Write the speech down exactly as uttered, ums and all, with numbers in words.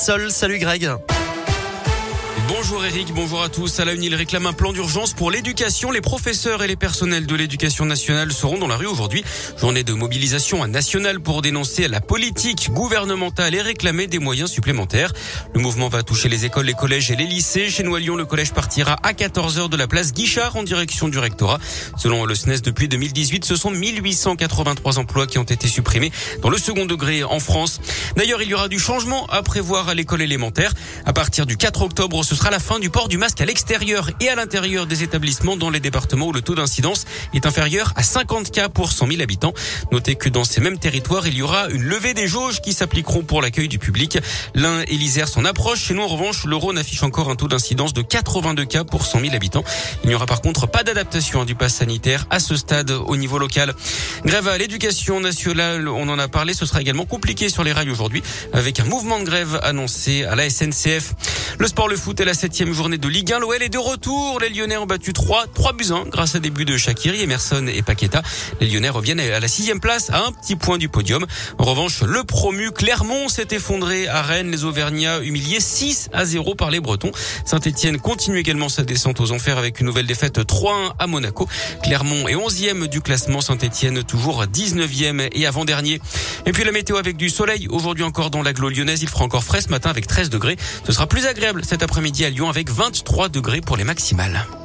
Sol. Salut Greg. Bonjour Eric, bonjour à tous. À la une, il réclame un plan d'urgence pour l'éducation. Les professeurs et les personnels de l'éducation nationale seront dans la rue aujourd'hui. Journée de mobilisation nationale pour dénoncer la politique gouvernementale et réclamer des moyens supplémentaires. Le mouvement va toucher les écoles, les collèges et les lycées. Chez nous à Lyon, le collège partira à quatorze heures de la place Guichard en direction du rectorat. Selon le S N E S, depuis deux mille dix-huit, ce sont mille huit cent quatre-vingt-trois emplois qui ont été supprimés dans le second degré en France. D'ailleurs, il y aura du changement à prévoir à l'école élémentaire. À partir du quatre octobre, ce sera la fin du port du masque à l'extérieur et à l'intérieur des établissements dans les départements où le taux d'incidence est inférieur à cinquante cas pour cent mille habitants. Notez que dans ces mêmes territoires, il y aura une levée des jauges qui s'appliqueront pour l'accueil du public. L'Ain et l'Isère s'en approchent. Chez nous, en revanche, le Rhône affiche encore un taux d'incidence de quatre-vingt-deux cas pour cent mille habitants. Il n'y aura par contre pas d'adaptation du pass sanitaire à ce stade au niveau local. Grève à l'éducation nationale, on en a parlé, ce sera également compliqué sur les rails aujourd'hui avec un mouvement de grève annoncé à la S N C F. Le sport, le foot et la septième journée de Ligue un. L'O L est de retour. Les Lyonnais ont battu trois buts à un grâce à des buts de Shaqiri, Emerson et Paqueta. Les Lyonnais reviennent à la sixième place à un petit point du podium. En revanche, le promu Clermont s'est effondré à Rennes. Les Auvergnats humiliés six à zéro par les Bretons. Saint-Etienne continue également sa descente aux enfers avec une nouvelle défaite trois à un à Monaco. Clermont est onzième du classement. Saint-Etienne toujours dix-neuvième et avant-dernier. Et puis la météo avec du soleil. Aujourd'hui encore dans l'agglo lyonnaise, il fera encore frais ce matin avec treize degrés. Ce sera plus agréable cet après-midi à Lyon avec vingt-trois degrés pour les maximales.